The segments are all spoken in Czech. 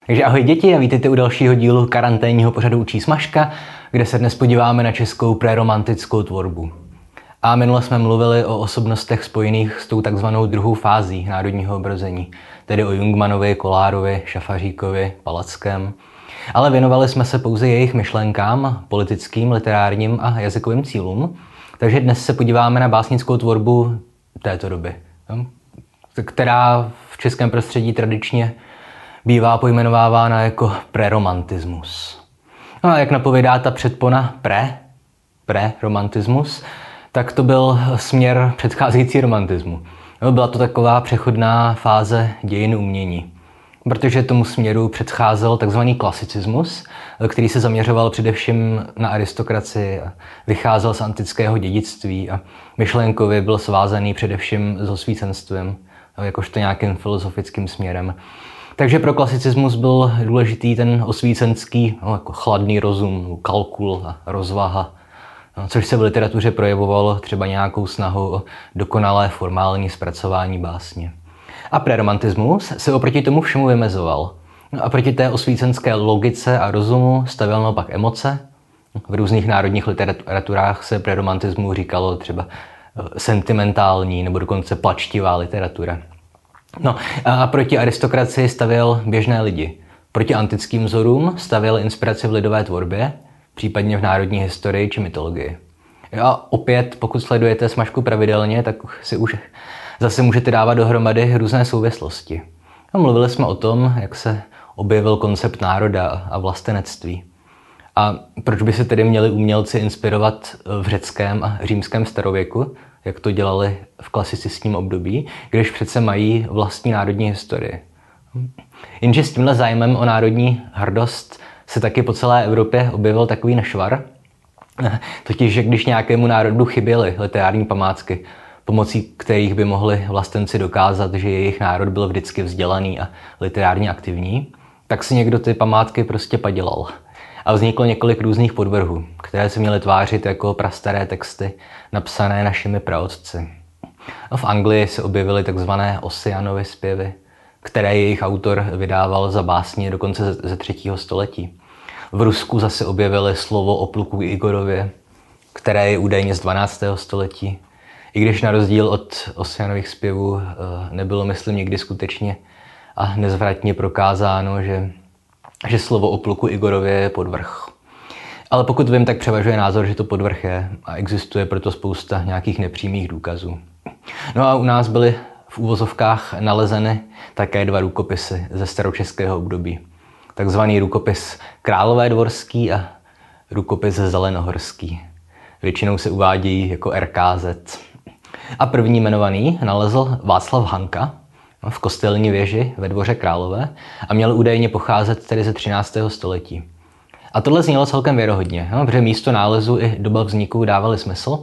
Takže ahoj děti a vítejte u dalšího dílu karanténního pořadu Učí Smažka, kde se dnes podíváme na českou preromantickou tvorbu. A minule jsme mluvili o osobnostech spojených s tou takzvanou druhou fází národního obrození, tedy o Jungmannovi, Kolárovi, Šafaříkovi, Palackém. Ale věnovali jsme se pouze jejich myšlenkám, politickým, literárním a jazykovým cílům, takže dnes se podíváme na básnickou tvorbu této doby, která v českém prostředí tradičně bývá pojmenovávána jako preromantismus. No a jak napovídá ta předpona preromantismus, tak to byl směr předcházející romantismu. Byla to taková přechodná fáze dějin umění, protože tomu směru předcházel takzvaný klasicismus, který se zaměřoval především na aristokracii a vycházel z antického dědictví a myšlenkově byl svázaný především s osvícenstvím, jakožto nějakým filozofickým směrem. Takže pro klasicismus byl důležitý ten osvícenský, jako chladný rozum, kalkul a rozvaha, což se v literatuře projevovalo třeba nějakou snahou o dokonalé formální zpracování básně. A preromantismus se oproti tomu všemu vymezoval. A proti té osvícenské logice a rozumu stavěl naopak emoce. V různých národních literaturách se preromantismu říkalo třeba sentimentální nebo dokonce plačtivá literatura. No a proti aristokracii stavěl běžné lidi. Proti antickým vzorům stavěl inspiraci v lidové tvorbě, případně v národní historii či mytologii. A opět, pokud sledujete Smažku pravidelně, tak si už zase můžete dávat dohromady různé souvislosti. A mluvili jsme o tom, jak se objevil koncept národa a vlastenectví. A proč by se tedy měli umělci inspirovat v řeckém a římském starověku, jak to dělali v klasicistním období, když přece mají vlastní národní historii. Jenže s tímhle zájmem o národní hrdost se taky po celé Evropě objevil takový nešvar, totiž, že když nějakému národu chyběly literární památky, pomocí kterých by mohli vlastenci dokázat, že jejich národ byl vždycky vzdělaný a literárně aktivní, tak si někdo ty památky prostě padělal. A vzniklo několik různých podvrhů, které se měly tvářit jako prastaré texty napsané našimi praotci. A v Anglii se objevily takzvané Ossianovy zpěvy, které jejich autor vydával za básně dokonce ze 3. století. V Rusku zase objevili slovo o pluku Igorově, které je údajně z 12. století. I když na rozdíl od Ossianových zpěvů nebylo, myslím, nikdy skutečně a nezvratně prokázáno, že slovo o pluku Igorově je podvrh. Ale pokud vím, tak převažuje názor, že to podvrh je a existuje proto spousta nějakých nepřímých důkazů. No a u nás byly v úvozovkách nalezeny také 2 rukopisy ze staročeského období. Takzvaný rukopis Králové dvorský a rukopis Zelenohorský. Většinou se uvádějí jako RKZ. A první jmenovaný nalezl Václav Hanka v kostelní věži ve dvoře Králové a měl údajně pocházet tedy ze 13. století. A tohle znělo celkem věrohodně, protože místo nálezu i doba vzniku dávaly smysl.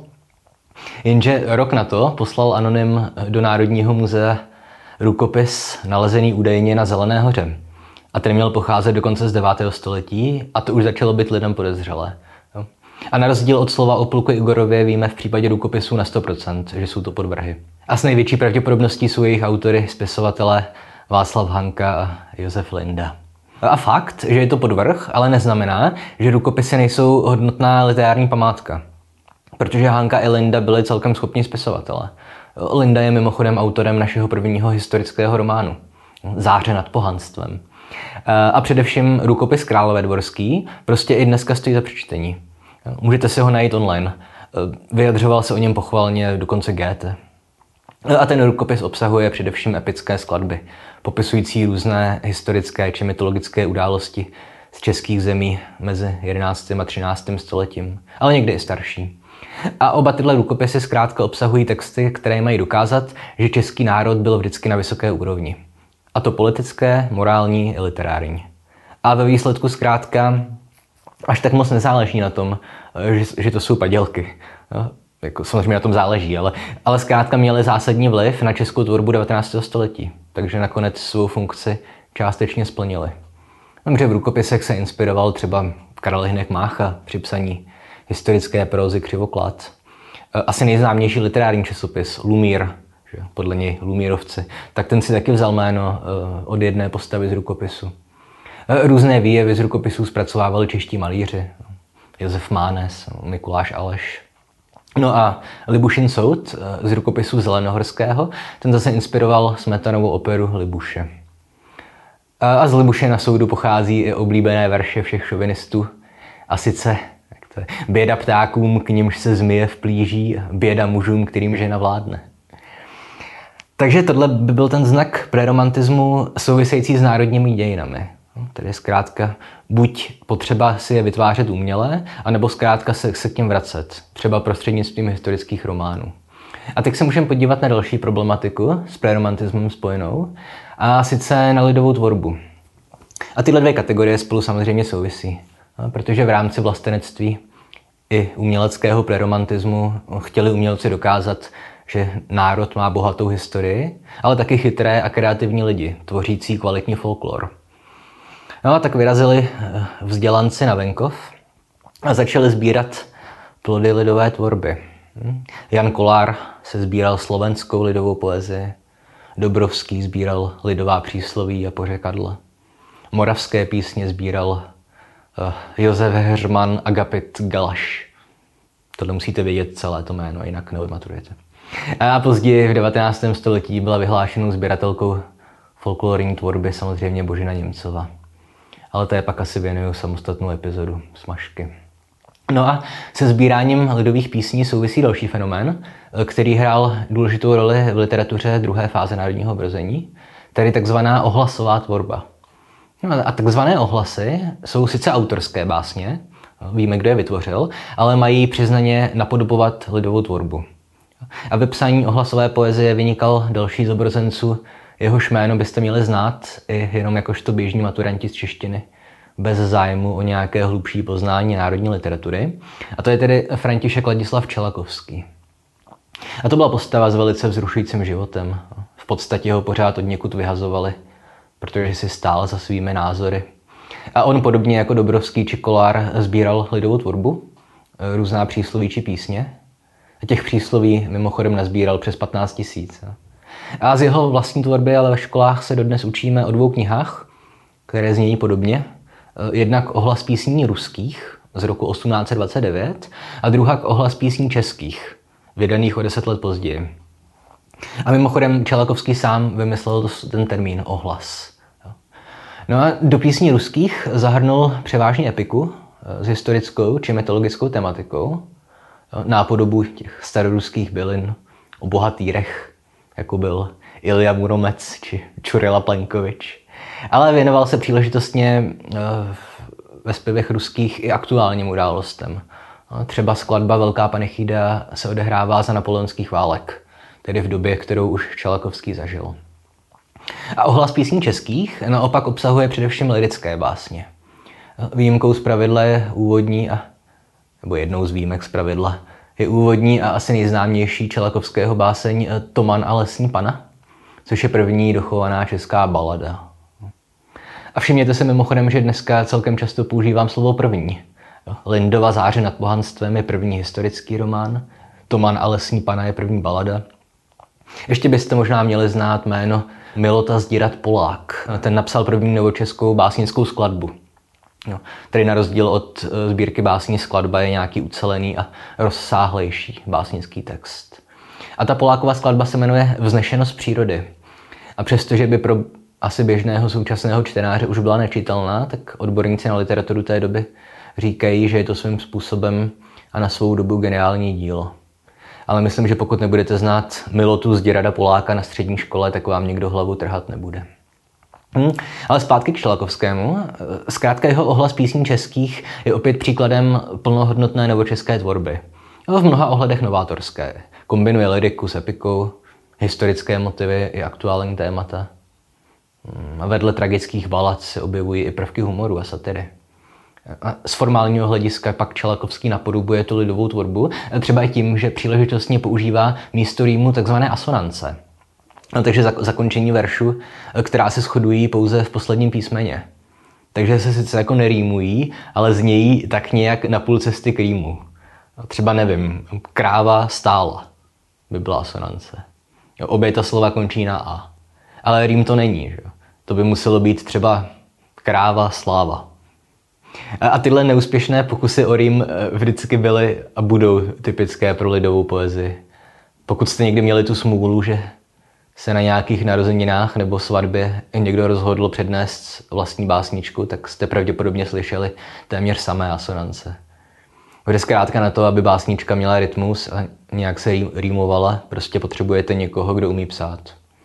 Jenže rok na to poslal anonym do Národního muzea rukopis nalezený údajně na Zelené hoře. A ten měl pocházet dokonce z 9. století a to už začalo být lidem podezřelé. A na rozdíl od slova o pluku Igorově víme v případě rukopisů na 100%, že jsou to podvrhy. A s největší pravděpodobností jsou jejich autory, spisovatelé Václav Hanka a Josef Linda. A fakt, že je to podvrh, ale neznamená, že rukopisy nejsou hodnotná literární památka. Protože Hanka i Linda byli celkem schopní spisovatelé. Linda je mimochodem autorem našeho prvního historického románu Záře nad pohanstvem. A především rukopis Králové dvorský prostě i dneska stojí za přečtení. Můžete si ho najít online. Vyjadřoval se o něm pochvalně dokonce Goethe. A ten rukopis obsahuje především epické skladby, popisující různé historické či mytologické události z českých zemí mezi 11. a 13. stoletím, ale někdy i starší. A oba tyhle rukopisy zkrátka obsahují texty, které mají dokázat, že český národ byl vždycky na vysoké úrovni. A to politické, morální i literární. A ve výsledku zkrátka až tak moc nezáleží na tom, že to jsou padělky. No, jako samozřejmě na tom záleží, ale zkrátka měly zásadní vliv na českou tvorbu 19. století. Takže nakonec svou funkci částečně splnili. Takže v rukopisech se inspiroval třeba Karel Hynek Mácha při psaní historické prózy Křivoklad. Asi nejznámější literární časopis Lumír, že podle něj Lumírovci, tak ten si taky vzal jméno od jedné postavy z rukopisu. Různé výjevy z rukopisů zpracovávali čeští malíři. Josef Mánes, Mikuláš Aleš. No a Libušin soud z rukopisu Zelenohorského, ten zase inspiroval Smetanovou operu Libuše. A z Libušina soudu pochází i oblíbené verše všech šovinistů. A sice běda ptákům, k nimž se zmije vplíží, běda mužům, kterým žena vládne. Takže tohle by byl ten znak preromantismu související s národními dějinami. Tedy zkrátka buď potřeba si je vytvářet uměle, anebo zkrátka se k něm vracet, třeba prostřednictvím historických románů. A teď se můžeme podívat na další problematiku s preromantismem spojenou, a sice na lidovou tvorbu. A tyhle dvě kategorie spolu samozřejmě souvisí, protože v rámci vlastenectví i uměleckého preromantismu chtěli umělci dokázat, že národ má bohatou historii, ale taky chytré a kreativní lidi, tvořící kvalitní folklor. No a tak vyrazili vzdělanci na venkov a začali sbírat plody lidové tvorby. Jan Kolár se sbíral slovenskou lidovou poezii, Dobrovský sbíral lidová přísloví a pořekadla, moravské písně sbíral Josef Heřman Agapit Galaš. Tohle musíte vědět celé to jméno, jinak neodmaturujete. A později v 19. století byla vyhlášenou sběratelkou folklorní tvorby samozřejmě Božena Němcová. Ale to je pak asi věnuju samostatnou epizodu Smažky. No a se sbíráním lidových písní souvisí další fenomén, který hrál důležitou roli v literatuře druhé fáze národního obrození, tedy takzvaná ohlasová tvorba. No a takzvané ohlasy jsou sice autorské básně, víme, kdo je vytvořil, ale mají přiznaně napodobovat lidovou tvorbu. A ve psání ohlasové poezie vynikal další z obrozenců, jehož jméno byste měli znát i jenom jakožto běžní maturanti z češtiny, bez zájmu o nějaké hlubší poznání národní literatury. A to je tedy František Ladislav Čelakovský. A to byla postava s velice vzrušujícím životem. V podstatě ho pořád odněkud vyhazovali, protože si stál za svými názory. A on podobně jako Dobrovský či Kolár sbíral lidovou tvorbu, různá přísloví či písně. A těch přísloví mimochodem nazbíral přes 15 000. A z jeho vlastní tvorby ale ve školách se dodnes učíme o dvou knihách, které znějí podobně. Jednak Ohlas písní ruských z roku 1829 a druhak Ohlas písní českých, vydaných o 10 let později. A mimochodem Čelakovský sám vymyslel ten termín ohlas. No a do písní ruských zahrnul převážně epiku s historickou či mytologickou tematikou, nápodobu těch staroruských bylin o bohatýrech, jako byl Ilja Muromec či Čurila Plenkovič. Ale věnoval se příležitostně ve zpěvech ruských i aktuálním událostem. Třeba skladba Velká panechída se odehrává za napoleonských válek, tedy v době, kterou už Čelakovský zažil. A ohlas písní českých naopak obsahuje především lirické básně. Výjimkou zpravidla je úvodní, nebo jednou z výjimek zpravidla, je úvodní a asi nejznámější Čelakovského báseň Toman a lesní pana, což je první dochovaná česká balada. A všimněte si mimochodem, že dneska celkem často používám slovo první. Lindova Záře nad pohanstvem je první historický román, Toman a lesní pana je první balada. Ještě byste možná měli znát jméno Milota Zdirat Polák. Ten napsal první novočeskou básnickou skladbu. Tedy na rozdíl od sbírky básní skladba je nějaký ucelený a rozsáhlejší básnický text. A ta Polákova skladba se jmenuje Vznešenost přírody. A přestože by pro asi běžného současného čtenáře už byla nečitelná, tak odborníci na literaturu té doby říkají, že je to svým způsobem a na svou dobu geniální dílo. Ale myslím, že pokud nebudete znát Milotu Zdirada Poláka na střední škole, tak vám někdo hlavu trhat nebude. Ale zpátky k Čelakovskému. Zkrátka jeho ohlas písní českých je opět příkladem plnohodnotné novočeské tvorby. V mnoha ohledech novátorské. Kombinuje lyriku s epikou, historické motivy i aktuální témata. A vedle tragických balad se objevují i prvky humoru a satiry. A z formálního hlediska pak Čelakovský napodobuje tu lidovou tvorbu, třeba i tím, že příležitostně používá místo rýmu takzvané asonance. Takže zakončení veršu, která se shodují pouze v posledním písmeně. Takže se sice jako nerýmují, ale znějí tak nějak na půl cesty k rýmu. Třeba nevím, kráva stála by byla asonance. Obě ta slova končí na a. Ale rým to není. Že? To by muselo být třeba kráva, sláva. A tyhle neúspěšné pokusy o rým vždycky byly a budou typické pro lidovou poezii. Pokud jste někdy měli tu smůlu, že se na nějakých narozeninách nebo svatbě někdo rozhodl přednést vlastní básničku, tak jste pravděpodobně slyšeli téměř samé asonance. Protože zkrátka na to, aby básnička měla rytmus a nějak se rýmovala, prostě potřebujete někoho, kdo umí psát.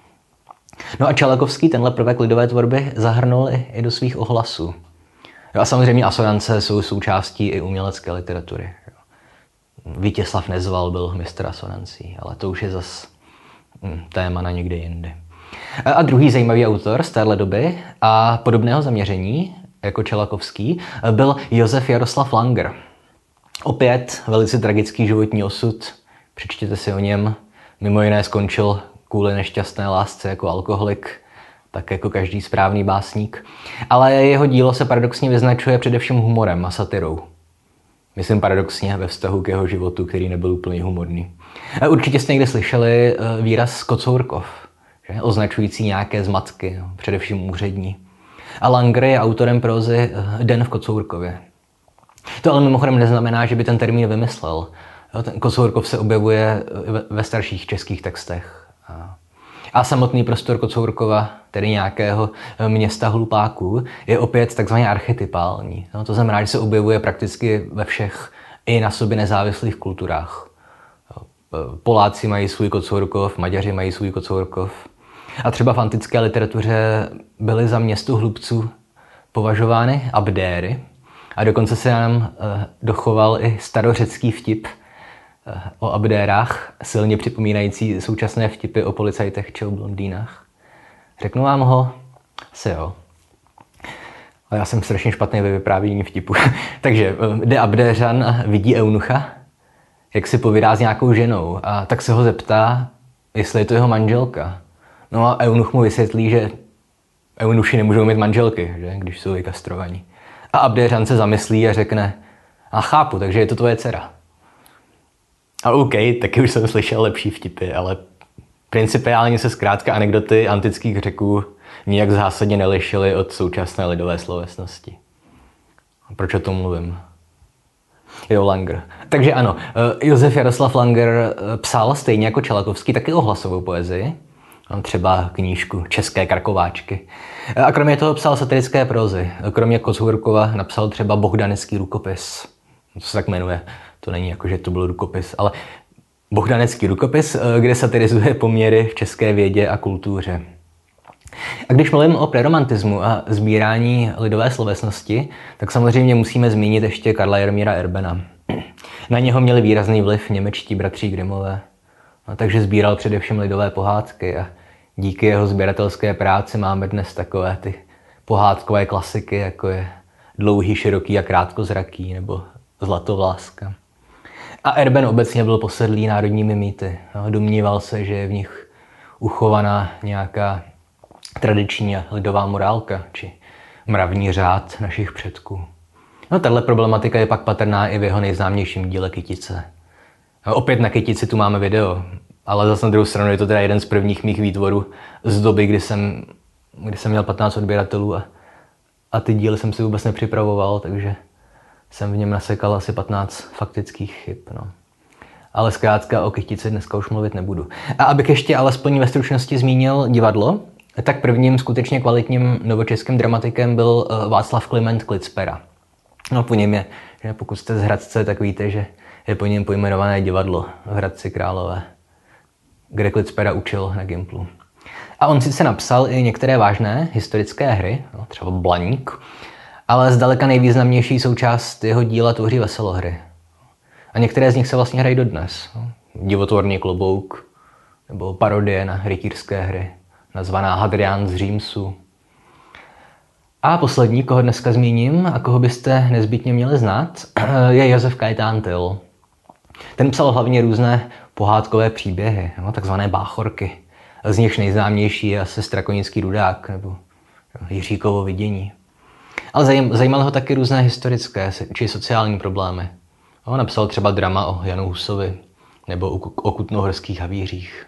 No a Čelakovský tenhle prvek lidové tvorby zahrnul i do svých ohlasů. A samozřejmě asonance jsou součástí i umělecké literatury. Vítězslav Nezval byl mistr asonancí, ale to už je zas téma na někde jindy. A druhý zajímavý autor z téhle doby a podobného zaměření, jako Čelakovský, byl Josef Jaroslav Langer. Opět velice tragický životní osud, přečtěte si o něm. Mimo jiné skončil kvůli nešťastné lásce jako alkoholik, tak jako každý správný básník. Ale jeho dílo se paradoxně vyznačuje především humorem a satirou. Myslím paradoxně ve vztahu k jeho životu, který nebyl úplně humorný. A určitě jste někde slyšeli výraz Kocourkov, že? Označující nějaké zmatky, především úřední. A Langer je autorem prózy Den v Kocourkově. To ale mimochodem neznamená, že by ten termín vymyslel. Ten Kocourkov se objevuje ve starších českých textech. A samotný prostor Kocourkova, tedy nějakého města hlupáků, je opět takzvaně archetypální. To znamená, že se objevuje prakticky ve všech i na sobě nezávislých kulturách. Poláci mají svůj Kocourkov, Maďaři mají svůj Kocourkov. A třeba v antické literatuře byly za město hlubců považovány abdéry. A dokonce se nám dochoval i starořecký vtip o abdérách, silně připomínající současné vtipy o policajtech či o blondýnách. Řeknu vám ho? Asi jo. Ale já jsem strašně špatný ve vyprávění vtipu. Takže jde abdéřan a vidí eunucha, jak si povídá s nějakou ženou, a tak se ho zeptá, jestli je to jeho manželka. No a eunuch mu vysvětlí, že eunuši nemůžou mít manželky, že? Když jsou vykastrovaní. A abdéřan se zamyslí a řekne, a chápu, takže je to tvoje dcera. A OK, taky už jsem slyšel lepší vtipy, ale principiálně se zkrátka anekdoty antických Řeků nijak zásadně nelišily od současné lidové slovesnosti. Proč o tom mluvím? Jo, Langer. Takže ano, Josef Jaroslav Langer psal stejně jako Čelakovský taky ohlasovou poezii. Mám třeba knížku České Krakováčky. A kromě toho psal satirické prózy. Kromě Kocourkova napsal třeba Bohdanecký rukopis. To se tak jmenuje. To není jako, že to byl rukopis, ale Bohdanecký rukopis, kde satirizuje poměry v české vědě a kultuře. A když mluvím o preromantismu a sbírání lidové slovesnosti, tak samozřejmě musíme zmínit ještě Karla Jaromíra Erbena. Na něho měli výrazný vliv němečtí bratři Grimmové. Takže sbíral především lidové pohádky a díky jeho sběratelské práci máme dnes takové ty pohádkové klasiky, jako je Dlouhý, široký a krátkozraký nebo Zlatovláska. A Erben obecně byl posedlý národními mýty. Domníval se, že je v nich uchovaná nějaká tradiční a lidová morálka či mravní řád našich předků. No, tahle problematika je pak patrná i v jeho nejznámějším díle Kytice. Opět na Kytici tu máme video, ale zase na druhou stranu je to teda jeden z prvních mých výtvorů z doby, kdy jsem měl 15 odběratelů a ty díly jsem si vůbec nepřipravoval, takže jsem v něm nasekal asi 15 faktických chyb. No. Ale zkrátka o Kytici dneska už mluvit nebudu. A abych ještě alespoň ve stručnosti zmínil divadlo, tak prvním skutečně kvalitním novočeským dramatikem byl Václav Kliment Klitspera. No, po něm je, že pokud jste z Hradce, tak víte, že je po něm pojmenované divadlo v Hradci Králové, kde Klitspera učil na Gimplu. A on sice napsal i některé vážné historické hry, no, třeba Blaník, ale zdaleka nejvýznamnější součást jeho díla tvoří veselohry. A některé z nich se vlastně hrají dodnes. Divotvorný klobouk, nebo parodie na rytířské hry, nazvaná Hadrián z Římsu. A poslední, koho dneska zmíním a koho byste nezbytně měli znát, je Josef Kajtán Tyll. Ten psal hlavně různé pohádkové příběhy, takzvané báchorky. Z nichž nejznámější je asi Strakonický rudák nebo Jiříkovo vidění. Ale zajímaly ho taky různé historické či sociální problémy. On napsal třeba drama o Janu Husovi nebo o kutnohorských havířích.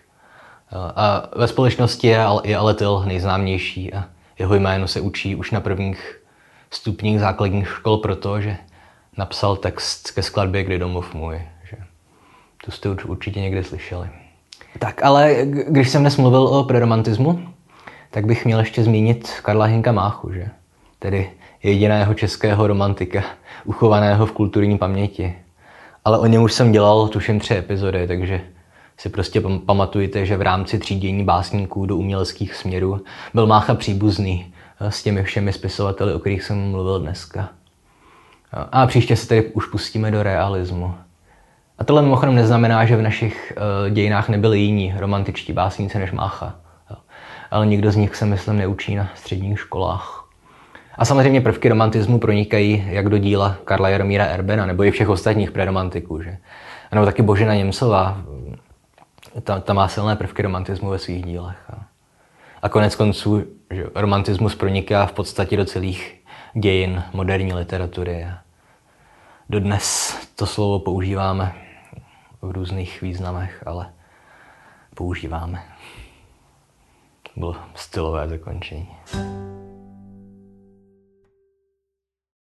A ve společnosti je ale Tyll nejznámější a jeho jméno se učí už na prvních stupních základních škol proto, že napsal text ke skladbě Kdy domov můj. Že to jste určitě někde slyšeli. Tak, ale když jsem dnes mluvil o preromantismu, tak bych měl ještě zmínit Karla Hynka Máchu, že? Tedy jediného českého romantika, uchovaného v kulturní paměti. Ale o něm už jsem dělal tuším 3 epizody, takže si prostě pamatujte, že v rámci třídění básníků do uměleckých směrů byl Mácha příbuzný s těmi všemi spisovateli, o kterých jsem mluvil dneska. A příště se tedy už pustíme do realismu. A tohle mimochodem neznamená, že v našich dějinách nebyli jiní romantičtí básníci než Mácha. Ale nikdo z nich se, myslím, neučí na středních školách. A samozřejmě prvky romantismu pronikají jak do díla Karla Jaromíra Erbena nebo i všech ostatních preromantiků. Že? A nebo taky Božena Němcová. Ta má silné prvky romantismu ve svých dílech. A konec konců, že romantismus proniká v podstatě do celých dějin moderní literatury. Dodnes to slovo používáme v různých významech, ale používáme. To bylo stylové zakončení.